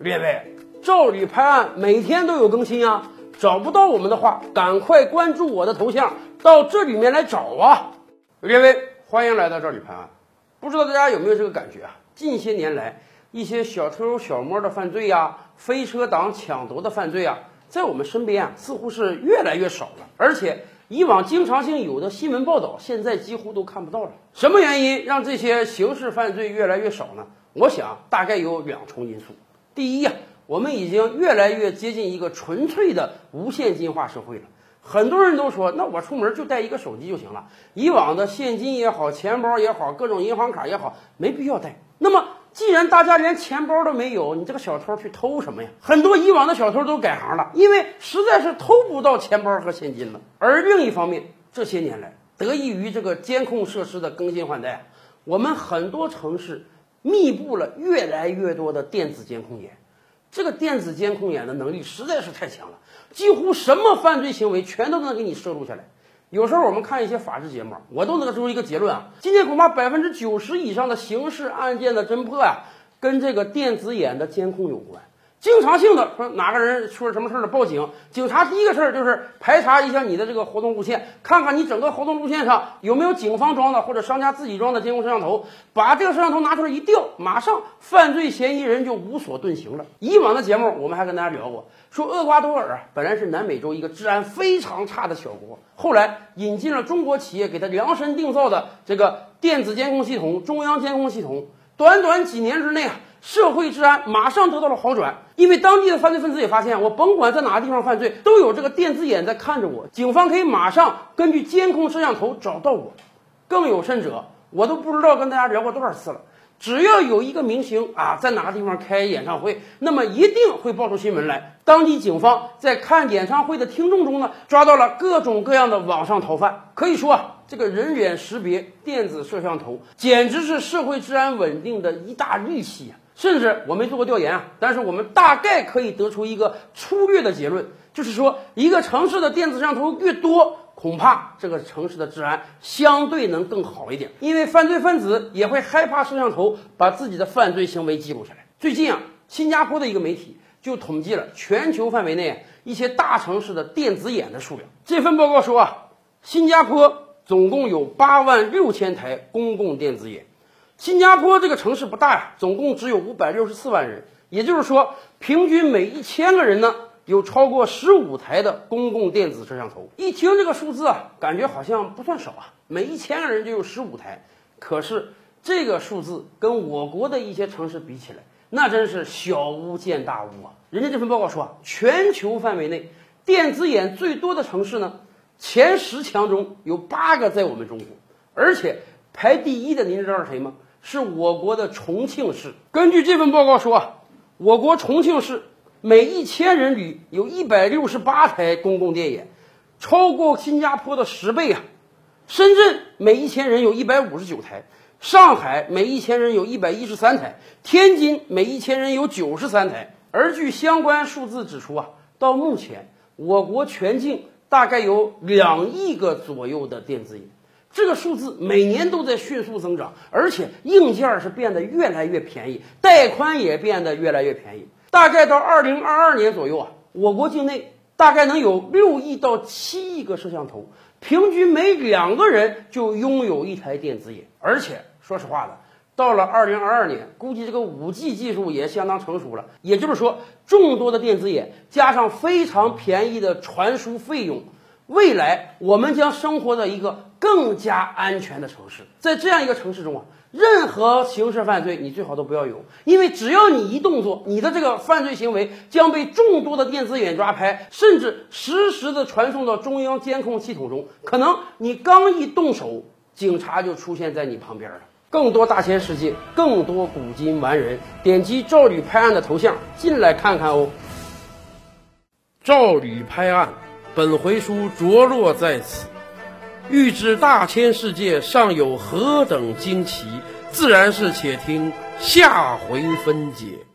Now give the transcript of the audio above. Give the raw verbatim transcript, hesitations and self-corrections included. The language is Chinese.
列位，赵吕拍案每天都有更新啊，找不到我们的话，赶快关注我的头像，到这里面来找啊。列位，欢迎来到赵吕拍案。不知道大家有没有这个感觉啊？近些年来，一些小偷小摸的犯罪呀，飞车党抢夺的犯罪啊，在我们身边啊，似乎是越来越少了，而且以往经常性有的新闻报道，现在几乎都看不到了。什么原因让这些刑事犯罪越来越少呢？我想大概有两重因素。第一呀、啊，我们已经越来越接近一个纯粹的无现金化社会了。很多人都说，那我出门就带一个手机就行了，以往的现金也好，钱包也好，各种银行卡也好，没必要带。那么既然大家连钱包都没有，你这个小偷去偷什么呀？很多以往的小偷都改行了，因为实在是偷不到钱包和现金了。而另一方面，这些年来得益于这个监控设施的更新换代，我们很多城市密布了越来越多的电子监控眼。这个电子监控眼的能力实在是太强了，几乎什么犯罪行为全都能给你摄录下来。有时候我们看一些法制节目，我都能得出一个结论啊，今天恐怕百分之九十以上的刑事案件的侦破啊，跟这个电子眼的监控有关。经常性的说哪个人出了什么事儿了报警，警察第一个事儿就是排查一下你的这个活动路线，看看你整个活动路线上有没有警方装的或者商家自己装的监控摄像头，把这个摄像头拿出来一调，马上犯罪嫌疑人就无所遁形了。以往的节目我们还跟大家聊过，说厄瓜多尔啊本来是南美洲一个治安非常差的小国，后来引进了中国企业给它量身定造的这个电子监控系统、中央监控系统，短短几年之内啊，社会治安马上得到了好转，因为当地的犯罪分子也发现，我甭管在哪个地方犯罪，都有这个电子眼在看着我，警方可以马上根据监控摄像头找到我。更有甚者，我都不知道跟大家聊过多少次了，只要有一个明星啊在哪个地方开演唱会，那么一定会爆出新闻来，当地警方在看演唱会的听众中呢，抓到了各种各样的网上逃犯。可以说啊，这个人脸识别电子摄像头简直是社会治安稳定的一大利器啊。甚至我没做过调研啊，但是我们大概可以得出一个粗略的结论，就是说一个城市的电子摄像头越多，恐怕这个城市的治安相对能更好一点，因为犯罪分子也会害怕摄像头把自己的犯罪行为记录下来。最近啊，新加坡的一个媒体就统计了全球范围内一些大城市的电子眼的数量。这份报告说啊，新加坡总共有八万六千台公共电子眼。新加坡这个城市不大呀，总共只有五百六十四万人，也就是说，平均每一千个人呢，有超过十五台的公共电子摄像头。一听这个数字啊，感觉好像不算少啊，每一千个人就有十五台。可是这个数字跟我国的一些城市比起来，那真是小巫见大巫啊！人家这份报告说啊，全球范围内电子眼最多的城市呢，前十强中有八个在我们中国，而且排第一的，您知道是谁吗？是我国的重庆市。根据这份报告说啊，我国重庆市每一千人里有一百六十八台公共电眼，超过新加坡的十倍啊。深圳每一千人有一百五十九台，上海每一千人有一百一十三台，天津每一千人有九十三台。而据相关数字指出啊，到目前我国全境大概有两亿个左右的电子眼。这个数字每年都在迅速增长，而且硬件是变得越来越便宜，带宽也变得越来越便宜。大概到二零二二年左右啊，我国境内大概能有六亿到七亿个摄像头，平均每两个人就拥有一台电子眼。而且说实话的，到了二零二二年，估计这个 五 G 技术也相当成熟了，也就是说，众多的电子眼加上非常便宜的传输费用，未来我们将生活在一个更加安全的城市。在这样一个城市中啊，任何刑事犯罪你最好都不要有，因为只要你一动作，你的这个犯罪行为将被众多的电子眼抓拍，甚至实时的传送到中央监控系统中，可能你刚一动手，警察就出现在你旁边了。更多大千世界，更多古今完人，点击赵吕拍案的头像进来看看哦。赵吕拍案，本回书着落在此。欲知大千世界尚有何等惊奇，自然是且听下回分解。